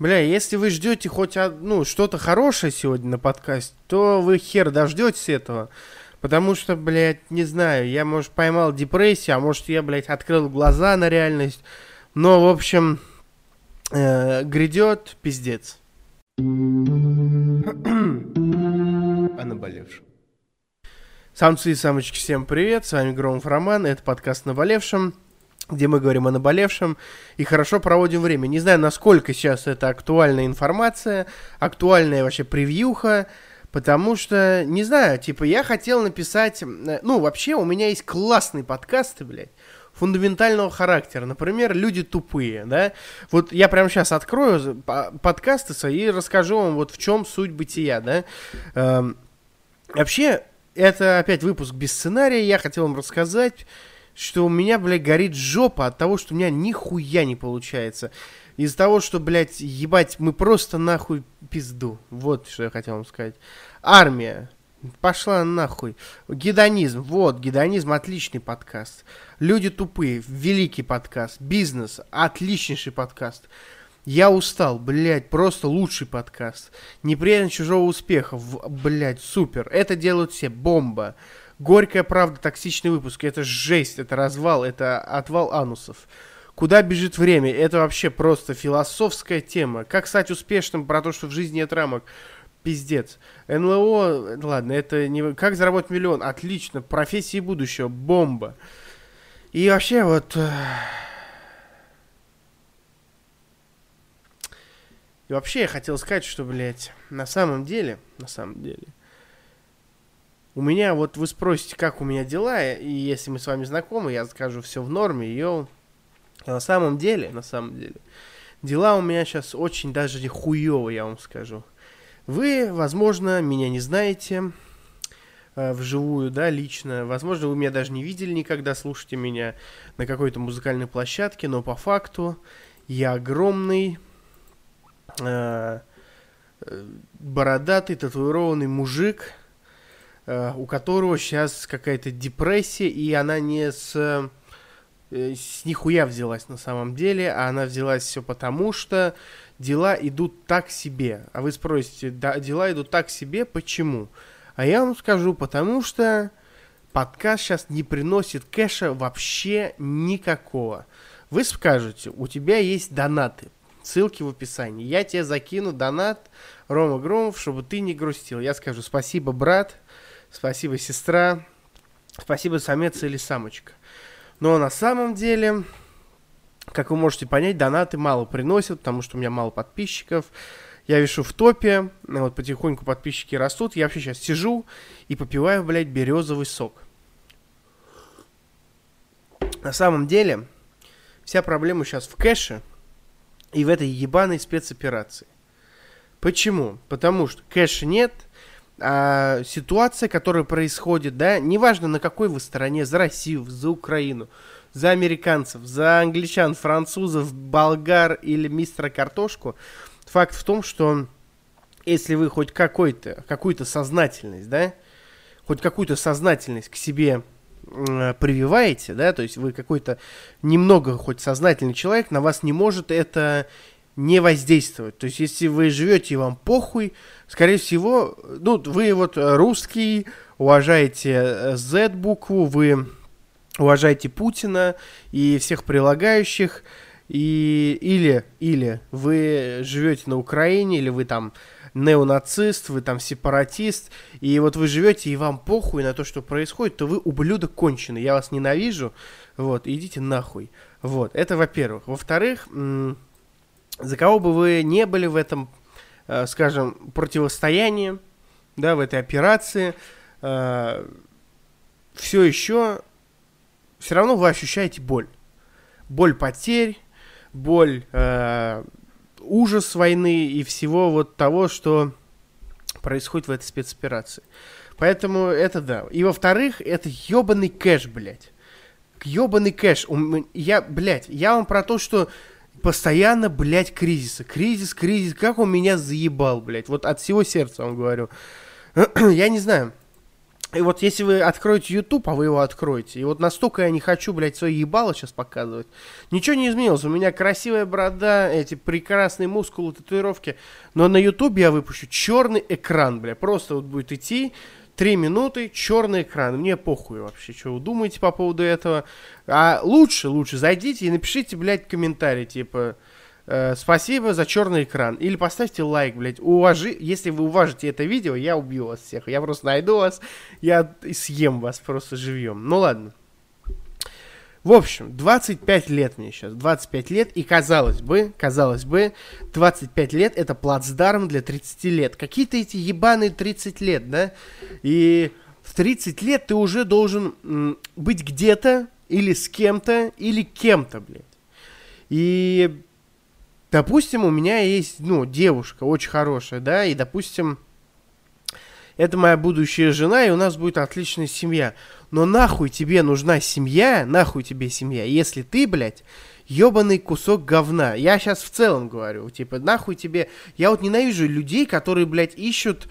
Бля, если вы ждете хоть что-то хорошее сегодня на подкасте, то вы хер дождетесь этого. Потому что, блядь, не знаю, я, может, поймал депрессию, а может, я, блядь, открыл глаза на реальность. Но, в общем, грядет пиздец. О наболевшем. Самцы и самочки, всем привет, с вами Громов Роман, это подкаст «Наболевшем», где мы говорим о наболевшем и хорошо проводим время. Не знаю, насколько сейчас это актуальная информация, актуальная вообще превьюха, потому что, не знаю, типа, я хотел написать... вообще, у меня есть классные подкасты, блядь, фундаментального характера. Например, «Люди тупые», да? Вот я прямо сейчас открою подкасты свои и расскажу вам, вот в чем суть бытия, да? Вообще, это опять выпуск без сценария. Я хотел вам рассказать, что у меня, блядь, горит жопа от того, что у меня нихуя не получается. Из-за того, что, блядь, ебать, мы просто нахуй пизду. Вот что я хотел вам сказать. Армия. Пошла нахуй. Гедонизм. Вот, гедонизм — отличный подкаст. Люди тупые. Великий подкаст. Бизнес. Отличнейший подкаст. Я устал, блядь, просто лучший подкаст. Неприятно чужого успеха. Блядь, супер. Это делают все. Бомба. Горькая правда, токсичный выпуск. Это жесть, это развал, это отвал анусов. Куда бежит время? Это вообще просто философская тема. Как стать успешным, про то, что в жизни нет рамок. Пиздец. НЛО, ладно, это не... Как заработать миллион? Отлично. Профессии будущего. Бомба. И вообще вот... И вообще я хотел сказать, что, блядь, на самом деле... У меня, вот вы спросите, как у меня дела, и если мы с вами знакомы, я скажу, все в норме, йоу. На самом деле, дела у меня сейчас очень даже хуёво, я вам скажу. Вы, возможно, меня не знаете вживую, да, лично. Возможно, вы меня даже не видели никогда, слушаете меня на какой-то музыкальной площадке, но по факту я огромный, бородатый, татуированный мужик, у которого сейчас какая-то депрессия, и она не с нихуя взялась на самом деле, а она взялась все потому, что дела идут так себе. А вы спросите, да, дела идут так себе, почему? А я вам скажу, потому что подкаст сейчас не приносит кэша вообще никакого. Вы скажете, у тебя есть донаты, ссылки в описании. Я тебе закину донат, Рома Громов, чтобы ты не грустил. Я скажу, спасибо, брат, спасибо, сестра, спасибо, самец или самочка. Но на самом деле, как вы можете понять, донаты мало приносят, потому что у меня мало подписчиков. Я вишу в топе, вот потихоньку подписчики растут. Я вообще сейчас сижу и попиваю, блядь, березовый сок. На самом деле, вся проблема сейчас в кэше и в этой ебаной спецоперации. Почему? Потому что кэша нет, а ситуация, которая происходит, да, неважно на какой вы стороне, за Россию, за Украину, за американцев, за англичан, французов, болгар или мистера Картошку, факт в том, что если вы хоть какую-то сознательность, да, хоть какую-то сознательность к себе прививаете, да, то есть вы какой-то немного хоть сознательный человек, на вас не может это не воздействовать. То есть, если вы живете и вам похуй, скорее всего, вы вот русский, уважаете Z-букву, вы уважаете Путина и всех прилагающих, или вы живете на Украине, или вы там неонацист, вы там сепаратист, и вот вы живете и вам похуй на то, что происходит, то вы ублюдок конченый, я вас ненавижу, вот, идите нахуй. Вот, это во-первых. Во-вторых, за кого бы вы не были в этом, скажем, противостоянии, да, в этой операции, все равно вы ощущаете боль. Боль потерь, боль, ужас войны и всего вот того, что происходит в этой спецоперации. Поэтому это да. И во-вторых, это ебаный кэш, блядь. Ебаный кэш. Я вам про то, что постоянно, блядь, кризис. Как он меня заебал, блядь. Вот от всего сердца вам говорю. Я не знаю. И вот если вы откроете YouTube, а вы его откроете, и вот настолько я не хочу, блядь, свое ебало сейчас показывать, ничего не изменилось. У меня красивая борода, эти прекрасные мускулы, татуировки, но на YouTube я выпущу черный экран, блядь. Просто вот будет идти 3 минуты, черный экран. Мне похуй вообще, что вы думаете по поводу этого. А лучше зайдите и напишите, блядь, комментарий, типа... спасибо за черный экран. Или поставьте лайк, блядь. Если вы уважите это видео, я убью вас всех. Я просто найду вас, я съем вас просто живьем. Ну ладно. В общем, 25 лет мне сейчас. 25 лет. И казалось бы, 25 лет это плацдарм для 30 лет. Какие-то эти ебаные 30 лет, да? И в 30 лет ты уже должен быть где-то, или с кем-то, или кем-то, блядь. И... допустим, у меня есть, девушка очень хорошая, да, и, допустим, это моя будущая жена, и у нас будет отличная семья. Но нахуй тебе нужна семья, нахуй тебе семья, если ты, блядь, ебаный кусок говна. Я сейчас в целом говорю, типа, нахуй тебе... Я вот ненавижу людей, которые, блядь, ищут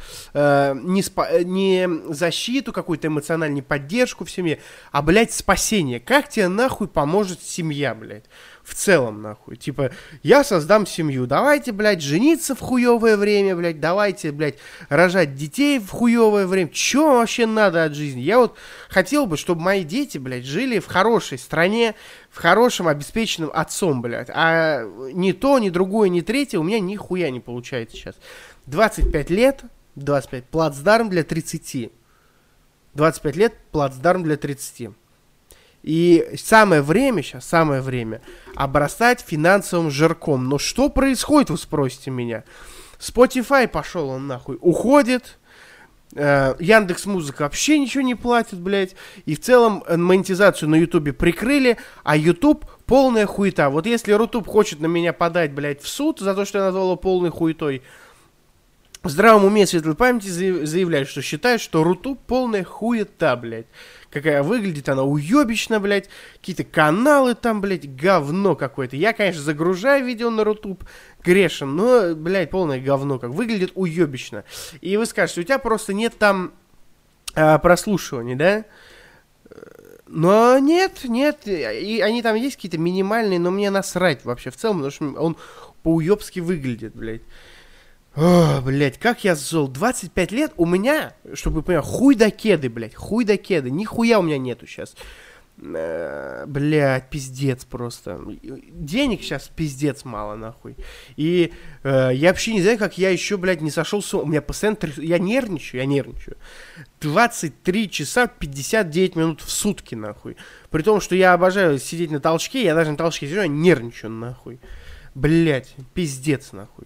не защиту, какую-то эмоциональную поддержку в семье, а, блядь, спасение. Как тебе нахуй поможет семья, блядь? В целом, нахуй. Типа, я создам семью. Давайте, блядь, жениться в хуевое время, блядь. Давайте, блядь, рожать детей в хуевое время. Чё вообще надо от жизни? Я вот хотел бы, чтобы мои дети, блядь, жили в хорошей стране, в хорошем обеспеченном отцом, блядь. А ни то, ни другое, ни третье у меня нихуя не получается сейчас. 25 лет, 25, плацдарм для 30. 25 лет, плацдарм для 30. И самое время обрастать финансовым жирком. Но что происходит, вы спросите меня? Spotify пошел он нахуй, уходит. Яндекс.Музыка вообще ничего не платит, блядь. И в целом монетизацию на Ютубе прикрыли, а Ютуб полная хуета. Вот если Рутуб хочет на меня подать, блядь, в суд за то, что я назвал его полной хуетой, в здравом уме, светлой памяти заявляют, что считают, что Рутуб полная хуета, блядь. Какая выглядит она уебищно, блядь. Какие-то каналы там, блядь, говно какое-то. Я, конечно, загружаю видео на Рутуб, грешен, но, блядь, полное говно, как выглядит уебищно. И вы скажете, у тебя просто нет там прослушиваний, да? Но нет, и они там есть какие-то минимальные, но мне насрать вообще в целом, потому что он по-уебски выглядит, блядь. О, блядь, как я зол. 25 лет у меня, чтобы вы поняли, хуй да кеды, блядь, хуй да кеды. Нихуя у меня нету сейчас. Блядь, пиздец просто. Денег сейчас пиздец мало, нахуй. И я вообще не знаю, как я еще, блядь, не сошел с ума. У меня постоянно... Я нервничаю. 23 часа 59 минут в сутки, нахуй. При том, что я обожаю сидеть на толчке, я даже на толчке сижу, я нервничаю, нахуй. Блядь, пиздец, нахуй.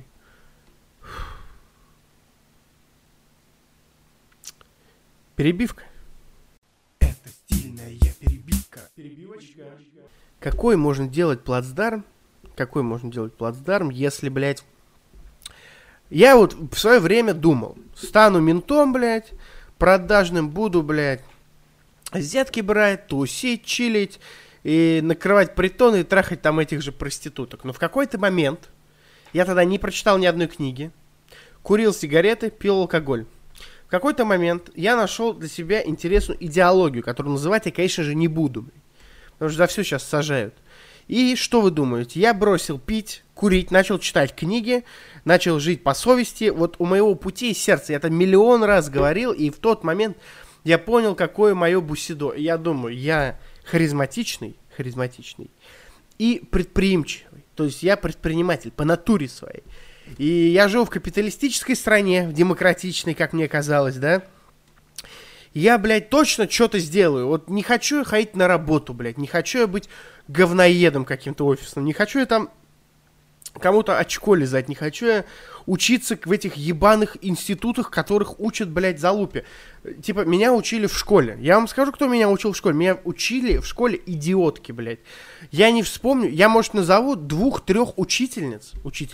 Перебивка. Это стильная перебивка. Перебивочка. Какой можно делать плацдарм, если, блядь... Я вот в свое время думал, стану ментом, блядь, продажным буду, блядь, взятки брать, тусить, чилить, и накрывать притоны и трахать там этих же проституток. Но в какой-то момент, я тогда не прочитал ни одной книги, курил сигареты, пил алкоголь. В какой-то момент я нашел для себя интересную идеологию, которую называть я, конечно же, не буду. Потому что за все сейчас сажают. И что вы думаете? Я бросил пить, курить, начал читать книги, начал жить по совести. Вот у моего пути и сердца я это миллион раз говорил, и в тот момент я понял, какое мое бусидо. Я думаю, я харизматичный и предприимчивый. То есть я предприниматель по натуре своей. И я живу в капиталистической стране, в демократичной, как мне казалось, да. Я, блядь, точно что-то сделаю. Вот не хочу я ходить на работу, блядь. Не хочу я быть говноедом каким-то офисным. Не хочу я там кому-то очко лизать. Не хочу я учиться в этих ебаных институтах, которых учат, блядь, залупе. Типа, меня учили в школе. Я вам скажу, кто меня учил в школе. Меня учили в школе идиотки, блядь. Я не вспомню. Я, может, назову 2-3 учительниц,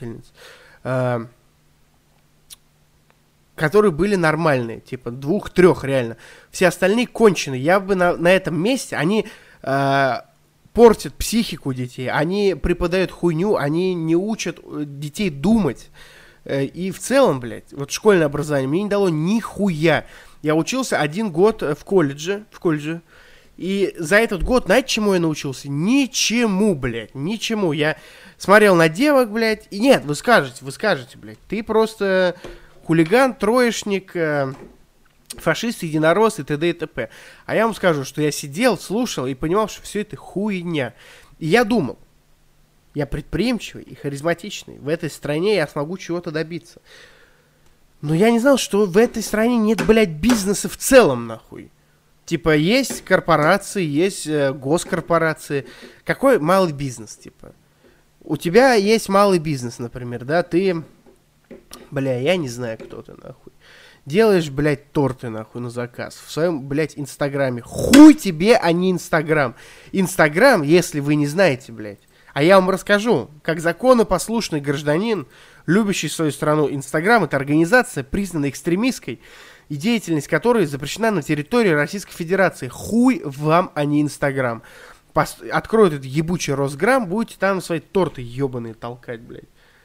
которые были нормальные, типа 2-3 реально. Все остальные конченые. Я бы на этом месте, они портят психику детей, они преподают хуйню, они не учат детей думать. И в целом, блядь, вот школьное образование мне не дало нихуя. Я учился 1 год в колледже. И за этот год, знаете, чему я научился? Ничему, блядь, ничему. Я смотрел на девок, блядь, и нет, вы скажете, блядь, ты просто хулиган, троечник, фашист, единорос и т.д. и т.п. А я вам скажу, что я сидел, слушал и понимал, что все это хуйня. И я думал, я предприимчивый и харизматичный, в этой стране я смогу чего-то добиться. Но я не знал, что в этой стране нет, блядь, бизнеса в целом, нахуй. Типа, есть корпорации, есть госкорпорации. Какой малый бизнес, типа? У тебя есть малый бизнес, например, да? Ты, бля, я не знаю, кто ты, нахуй. Делаешь, блядь, торты, нахуй, на заказ. В своем, блядь, инстаграме. Хуй тебе, а не инстаграм. Инстаграм, если вы не знаете, блядь. А я вам расскажу, как законопослушный гражданин, любящий свою страну, Инстаграм — это организация, признанная экстремистской, и деятельность которой запрещена на территории Российской Федерации. Хуй вам, а не Инстаграм. Откроют этот ебучий Росграм, будете там свои торты ебаные толкать, блядь.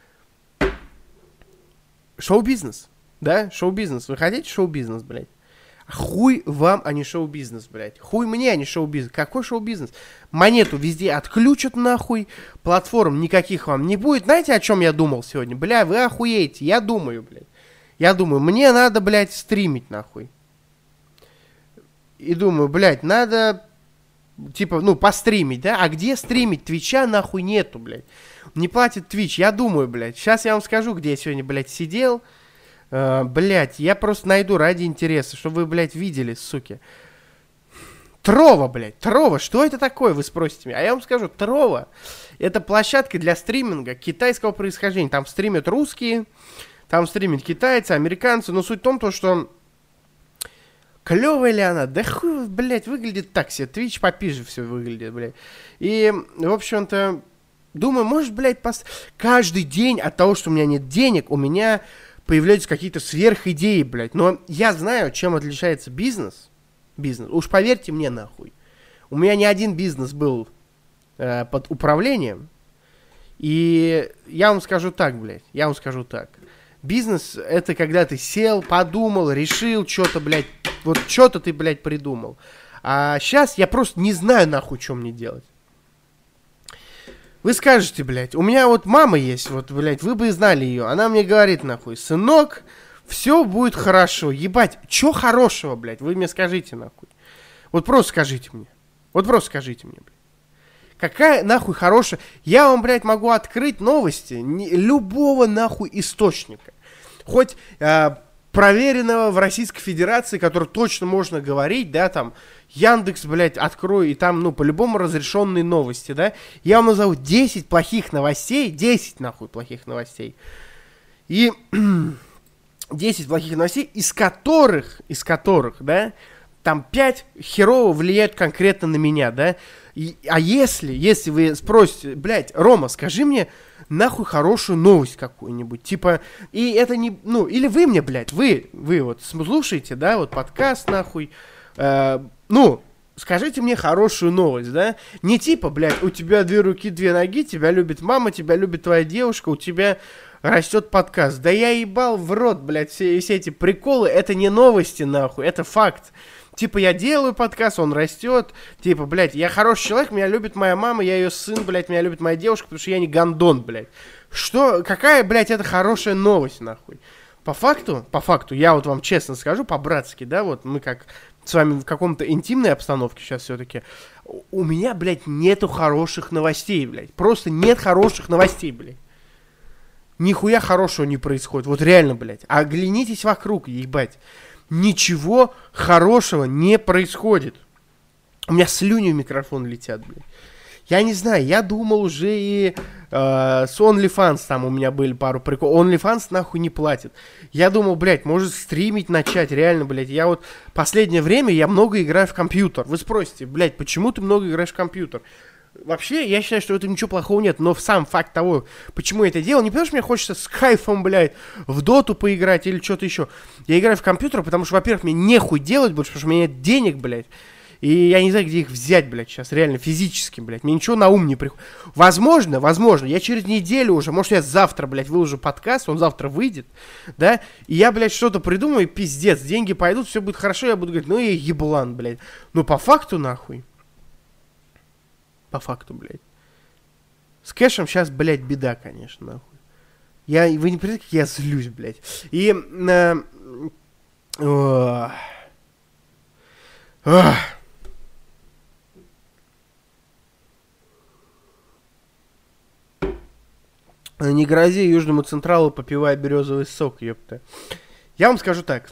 Шоу-бизнес, да? Шоу-бизнес. Вы хотите шоу-бизнес, блядь? Хуй вам, а не шоу-бизнес, блядь. Хуй мне, а не шоу-бизнес. Какой шоу-бизнес? Монету везде отключат, нахуй. Платформ никаких вам не будет. Знаете, о чем я думал сегодня? Бля, вы охуеете. Я думаю, блядь. Я думаю, мне надо, блядь, стримить, нахуй. И думаю, блядь, надо, типа, ну, постримить, да? А где стримить? Твича, нахуй, нету, блядь. Не платит Твич. Я думаю, блядь, сейчас я вам скажу, где я сегодня, блядь, сидел. Блядь, я просто найду ради интереса, чтобы вы, блядь, видели, суки. Трова, блядь, Трова, что это такое, вы спросите меня. А я вам скажу, Трова — это площадка для стриминга китайского происхождения. Там стримят русские, там стримят китайцы, американцы. Но суть в том, что клевая ли она? Да хуй, блядь, выглядит так себе. Твич попиже все выглядит, блядь. И, в общем-то, думаю, может, блядь, каждый день от того, что у меня нет денег, у меня появляются какие-то сверхидеи, блядь. Но я знаю, чем отличается бизнес. Уж поверьте мне, нахуй. У меня не один бизнес был под управлением. И я вам скажу так, блядь. Бизнес — это когда ты сел, подумал, решил что-то, блядь. Вот что-то ты, блядь, придумал. А сейчас я просто не знаю, нахуй, что мне делать. Вы скажете, блядь, у меня вот мама есть, вот, блядь, вы бы знали ее. Она мне говорит, нахуй, сынок, все будет хорошо. Ебать, что хорошего, блядь, вы мне скажите, нахуй. Вот просто скажите мне, блядь. Какая, нахуй, хорошая... Я вам, блядь, могу открыть новости любого, нахуй, источника. Хоть проверенного в Российской Федерации, который точно можно говорить, да, там, Яндекс, блядь, открой, и там, ну, по-любому разрешенные новости, да. Я вам назову 10 плохих новостей, 10, нахуй, плохих новостей. И 10 плохих новостей, из которых, да, там 5 херово влияют конкретно на меня, да. А если вы спросите, блядь, Рома, скажи мне нахуй хорошую новость какую-нибудь, типа, и это не, ну, или вы мне, блядь, вы вот слушаете, да, вот подкаст, нахуй, ну, скажите мне хорошую новость, да, не типа, блядь, у тебя 2 руки, 2 ноги, тебя любит мама, тебя любит твоя девушка, у тебя растет подкаст, да я ебал в рот, блядь, все эти приколы, это не новости, нахуй, это факт. Типа, я делаю подкаст, он растет. Типа, блядь, я хороший человек, меня любит моя мама, я ее сын, блядь, меня любит моя девушка, потому что я не гандон, блядь. Что, какая, блядь, это хорошая новость, нахуй? По факту, я вот вам честно скажу, по-братски, да, вот мы как с вами в каком-то интимной обстановке сейчас все-таки, у меня, блядь, нету хороших новостей, блядь. Просто нет хороших новостей, блядь. Нихуя хорошего не происходит, вот реально, блядь. Оглянитесь вокруг, ебать. Ничего хорошего не происходит. У меня слюни в микрофон летят, блядь. Я не знаю, я думал уже и с OnlyFans там у меня были пару приколов. OnlyFans нахуй не платит. Я думал, блядь, может стримить начать, реально, блядь. Я вот последнее время я много играю в компьютер. Вы спросите, блядь, почему ты много играешь в компьютер? Вообще, я считаю, что в этом ничего плохого нет, но сам факт того, почему я это делал, не потому что мне хочется с кайфом, блядь, в доту поиграть или что-то еще. Я играю в компьютер, потому что, во-первых, мне нехуй делать больше, потому что у меня нет денег, блядь. И я не знаю, где их взять, блядь, сейчас, реально, физически, блядь. Мне ничего на ум не приходит. Возможно, я через неделю уже, может, я завтра, блядь, выложу подкаст, он завтра выйдет, да, и я, блядь, что-то придумаю, и пиздец, деньги пойдут, все будет хорошо, я буду говорить, ну, я еблан, блядь. Ну, по факту, нахуй. По факту, блядь. С кэшем сейчас, блядь, беда, конечно, нахуй. Вы не представляете, как я злюсь, блядь. И... Не грози Южному Централу, попивая березовый сок, ёпта. Я вам скажу так,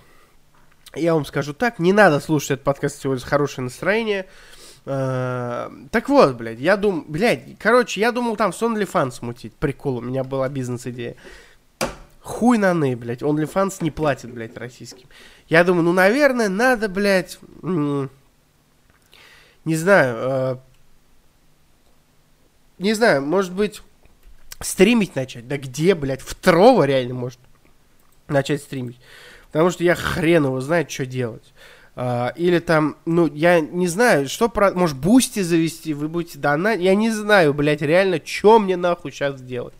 не надо слушать этот подкаст сегодня с хорошее настроение. Так вот, блядь, я думал там с OnlyFans мутить. Прикол, у меня была бизнес-идея. Хуй на ны, блядь, OnlyFans не платит, блядь, российским. Я думаю, ну, наверное, надо, блядь, не знаю, может быть, стримить начать. Да где, блядь, в Трово реально может начать стримить. Потому что я хрен его знает, что делать. Или там, ну, я не знаю, может, бусти завести, вы будете донатить. Я не знаю, блядь, реально, что мне нахуй сейчас делать.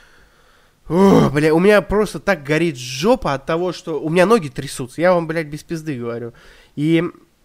Бля, у меня просто так горит жопа от того, что у меня ноги трясутся. Я вам, блядь, без пизды говорю. И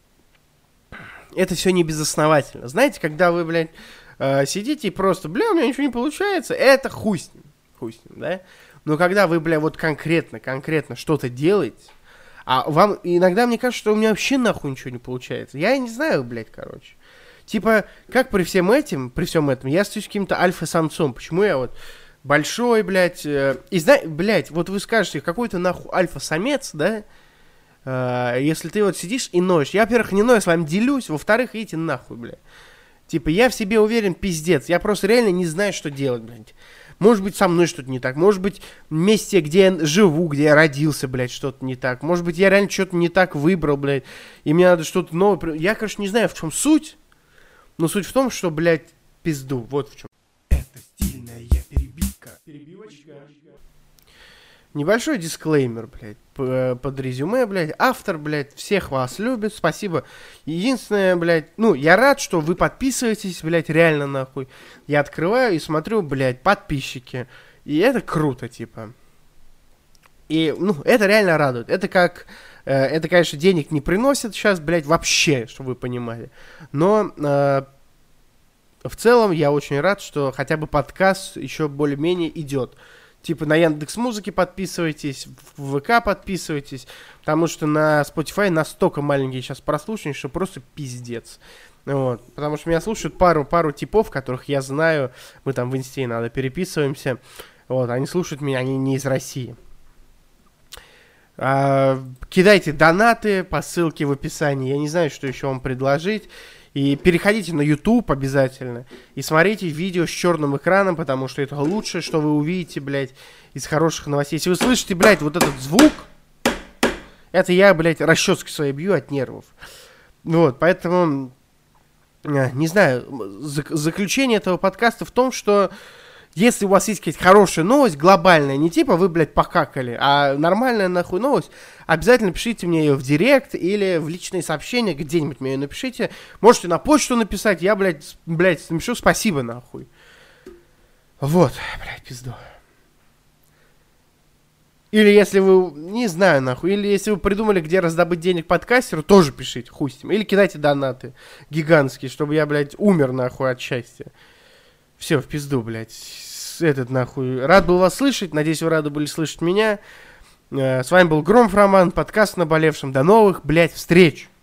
это все не безосновательно. Знаете, когда вы, блядь, сидите и просто, бля, у меня ничего не получается, это хуй с ним, да? Но когда вы, бля, вот конкретно что-то делаете, а вам иногда мне кажется, что у меня вообще нахуй ничего не получается. Я не знаю, блядь, короче. Типа, как при всем этом, я остаюсь каким-то альфа-самцом. Почему я вот большой, блядь, блядь, вот вы скажете, какой-то нахуй альфа-самец, да? Если ты вот сидишь и ноешь. Я, во-первых, не ною, с вами делюсь, во-вторых, идите нахуй, блядь. Типа, я в себе уверен, пиздец. Я просто реально не знаю, что делать, блядь. Может быть, со мной что-то не так. Может быть, в месте, где я живу, где я родился, блядь, что-то не так. Может быть, я реально что-то не так выбрал, блядь. И мне надо что-то новое... Я, конечно, не знаю, в чем суть. Но суть в том, что, блядь, пизду. Вот в чем. Это стильная перебивка. Перебивочка. Небольшой дисклеймер, блядь, под резюме, блядь. Автор, блядь, всех вас любит, спасибо. Единственное, блядь, ну, я рад, что вы подписываетесь, блядь, реально нахуй. Я открываю и смотрю, блядь, подписчики. И это круто, типа. И, ну, это реально радует. Это как, это, конечно, денег не приносит сейчас, блядь, вообще, чтобы вы понимали. Но в целом я очень рад, что хотя бы подкаст еще более-менее идет. Типа на Яндекс.Музыке подписывайтесь, в ВК подписывайтесь, потому что на Spotify настолько маленькие сейчас прослушивания, что просто пиздец. Вот, потому что меня слушают пару типов, которых я знаю, мы там в инсте иногда переписываемся, вот, они слушают меня, они не из России. Кидайте донаты по ссылке в описании, я не знаю, что еще вам предложить. И переходите на YouTube обязательно. И смотрите видео с черным экраном, потому что это лучшее, что вы увидите, блядь, из хороших новостей. Если вы слышите, блядь, вот этот звук, это я, блядь, расческой своей бью от нервов. Вот, поэтому, не знаю, заключение этого подкаста в том, что если у вас есть какая-то хорошая новость, глобальная, не типа вы, блядь, покакали, а нормальная нахуй новость, обязательно пишите мне ее в директ или в личные сообщения, где-нибудь мне ее напишите. Можете на почту написать, я, блядь, напишу спасибо нахуй. Вот, блядь, пизду. Или если вы, не знаю нахуй, или если вы придумали, где раздобыть денег подкастеру, тоже пишите, хуй с ним. Или кидайте донаты гигантские, чтобы я, блядь, умер нахуй от счастья. Все, в пизду, блядь. Этот нахуй. Рад был вас слышать. Надеюсь, вы рады были слышать меня. С вами был Громов Роман. Подкаст «Наболевшим». До новых, блядь, встреч.